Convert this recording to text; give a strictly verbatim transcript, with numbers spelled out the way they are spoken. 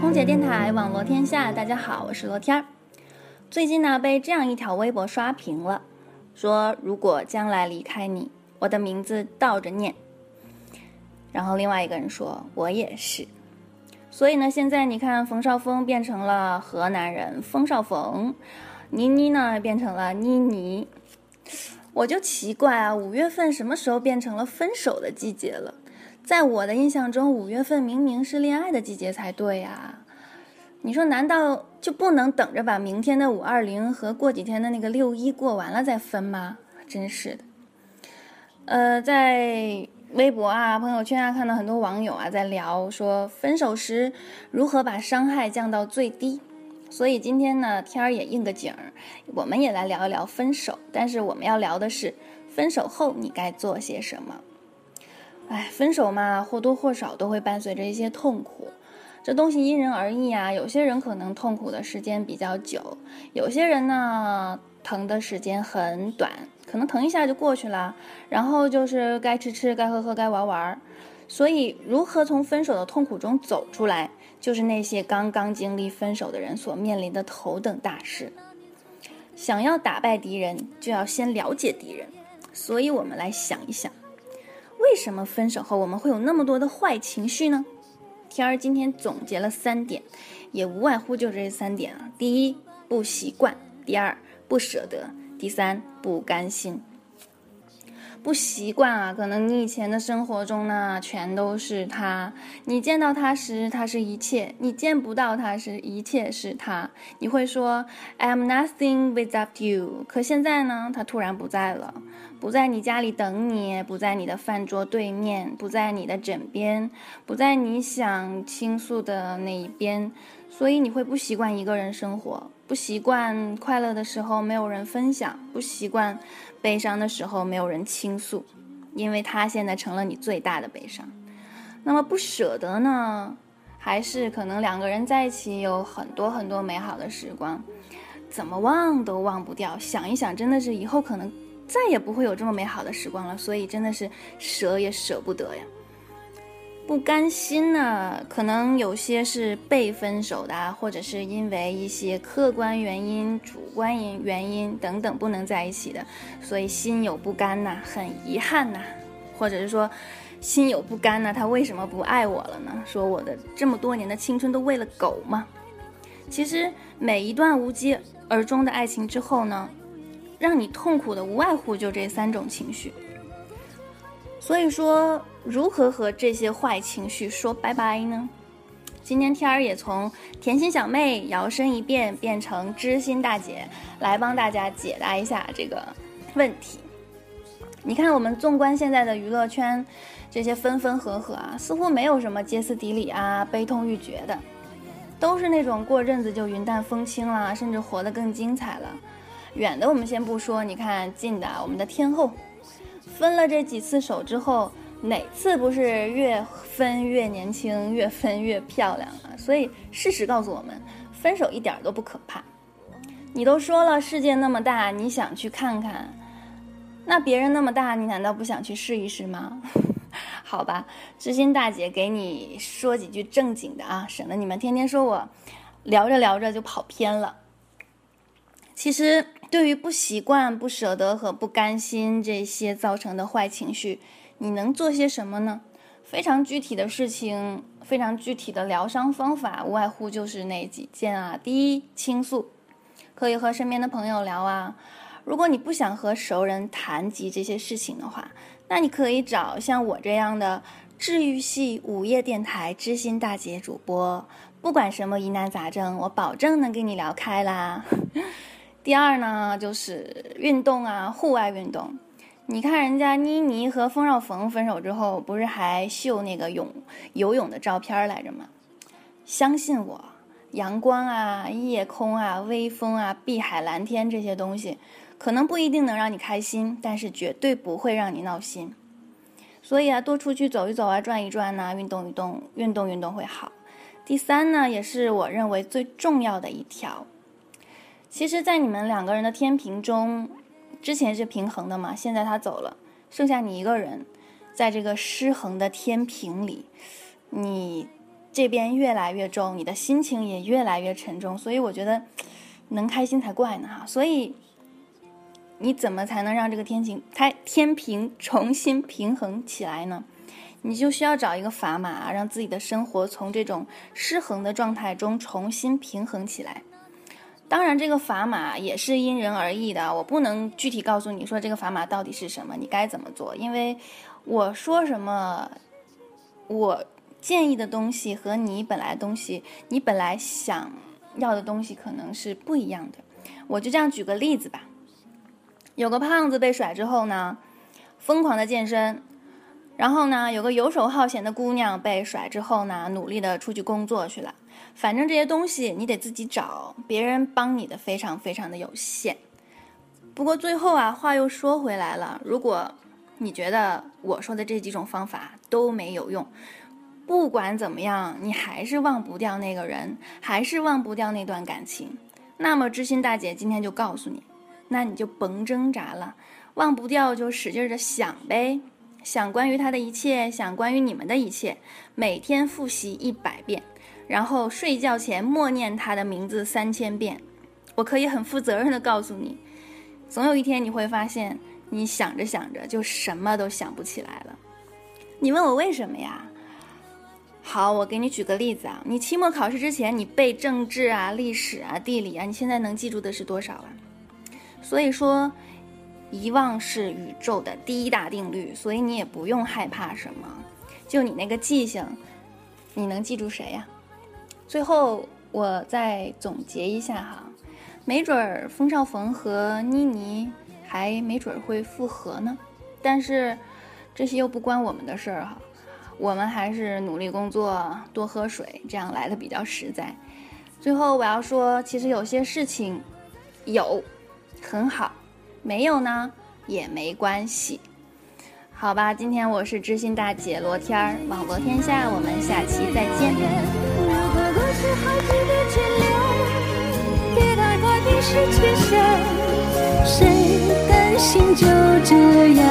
空姐电台网络天下，大家好，我是罗天儿。最近呢，被这样一条微博刷屏了，说如果将来离开你，我的名字倒着念。然后另外一个人说，我也是。所以呢，现在你看，冯绍峰变成了河南人冯绍峰，倪妮呢变成了妮妮。我就奇怪啊，五月份什么时候变成了分手的季节了？在我的印象中，五月份明明是恋爱的季节才对啊。你说难道就不能等着把明天的五二零和过几天的那个六一过完了再分吗？真是的。呃，在微博啊、朋友圈啊，看到很多网友啊在聊说分手时如何把伤害降到最低。所以今天呢，天儿也应个景儿，我们也来聊一聊分手，但是我们要聊的是分手后你该做些什么。哎，分手嘛，或多或少都会伴随着一些痛苦，这东西因人而异啊。有些人可能痛苦的时间比较久，有些人呢疼的时间很短，可能疼一下就过去了，然后就是该吃吃，该喝喝，该玩玩。所以如何从分手的痛苦中走出来，就是那些刚刚经历分手的人所面临的头等大事。想要打败敌人，就要先了解敌人。所以我们来想一想，为什么分手后我们会有那么多的坏情绪呢？天儿今天总结了三点，也无外乎就这三点啊。第一，不习惯；第二，不舍得；第三，不甘心。不习惯啊，可能你以前的生活中呢，全都是他，你见到他时他是一切，你见不到他时一切是他。你会说 I'm nothing without you， 可现在呢，他突然不在了，不在你家里等你，不在你的饭桌对面，不在你的枕边，不在你想倾诉的那一边。所以你会不习惯一个人生活，不习惯快乐的时候没有人分享，不习惯悲伤的时候没有人倾诉，因为他现在成了你最大的悲伤。那么不舍得呢，还是可能两个人在一起有很多很多美好的时光，怎么忘都忘不掉，想一想真的是以后可能再也不会有这么美好的时光了，所以真的是舍也舍不得呀。不甘心呢，可能有些是被分手的，或者是因为一些客观原因、主观原因等等不能在一起的，所以心有不甘呐，很遗憾呐，或者是说心有不甘呐，他为什么不爱我了呢？说我的这么多年的青春都喂了狗吗？其实每一段无疾而终的爱情之后呢，让你痛苦的无外乎就这三种情绪。所以说，如何和这些坏情绪说拜拜呢？今天天儿也从甜心小妹摇身一变变成知心大姐，来帮大家解答一下这个问题。你看，我们纵观现在的娱乐圈，这些分分合合啊，似乎没有什么歇斯底里啊、悲痛欲绝的，都是那种过阵子就云淡风轻了，甚至活得更精彩了。远的我们先不说，你看近的，我们的天后分了这几次手之后，哪次不是越分越年轻，越分越漂亮啊？所以事实告诉我们，分手一点都不可怕。你都说了世界那么大，你想去看看，那别人那么大，你难道不想去试一试吗？好吧，知心大姐给你说几句正经的啊，省得你们天天说我聊着聊着就跑偏了。其实对于不习惯、不舍得和不甘心这些造成的坏情绪，你能做些什么呢？非常具体的事情，非常具体的疗伤方法，无外乎就是那几件啊。第一，倾诉，可以和身边的朋友聊啊。如果你不想和熟人谈及这些事情的话，那你可以找像我这样的治愈系午夜电台知心大姐主播，不管什么疑难杂症，我保证能跟你聊开啦。第二呢，就是运动啊，户外运动。你看人家妮妮和冯绍峰分手之后，不是还秀那个泳游泳的照片来着吗？相信我，阳光啊、夜空啊、微风啊、碧海蓝天这些东西，可能不一定能让你开心，但是绝对不会让你闹心。所以啊，多出去走一走啊，转一转啊，运动运动，运动运动会好。第三呢，也是我认为最重要的一条。其实在你们两个人的天平中，之前是平衡的嘛，现在他走了，剩下你一个人，在这个失衡的天平里，你这边越来越重，你的心情也越来越沉重，所以我觉得能开心才怪呢哈。所以你怎么才能让这个天平它天平重新平衡起来呢？你就需要找一个砝码，让自己的生活从这种失衡的状态中重新平衡起来。当然这个砝码也是因人而异的，我不能具体告诉你说这个砝码到底是什么，你该怎么做，因为我说什么我建议的东西和你本来东西你本来想要的东西可能是不一样的。我就这样举个例子吧，有个胖子被甩之后呢，疯狂的健身，然后呢有个游手好闲的姑娘被甩之后呢，努力的出去工作去了。反正这些东西你得自己找，别人帮你的非常非常的有限。不过最后啊，话又说回来了，如果你觉得我说的这几种方法都没有用，不管怎么样你还是忘不掉那个人，还是忘不掉那段感情，那么知心大姐今天就告诉你，那你就甭挣扎了，忘不掉就使劲的想呗，想关于他的一切，想关于你们的一切，每天复习一百遍，然后睡觉前默念他的名字三千遍。我可以很负责任的告诉你，总有一天你会发现，你想着想着就什么都想不起来了。你问我为什么呀？好，我给你举个例子啊，你期末考试之前你背政治啊、历史啊、地理啊，你现在能记住的是多少啊？所以说遗忘是宇宙的第一大定律，所以你也不用害怕什么，就你那个记性，你能记住谁呀？最后我再总结一下哈，没准冯绍峰和妮妮还没准会复合呢，但是这些又不关我们的事儿哈，我们还是努力工作，多喝水，这样来的比较实在。最后我要说，其实有些事情有很好，没有呢也没关系。好吧，今天我是知心大姐罗天儿，网罗天下，我们下期再见。 如果故事好值得卷流，给它改变是缺陷，谁甘心就这样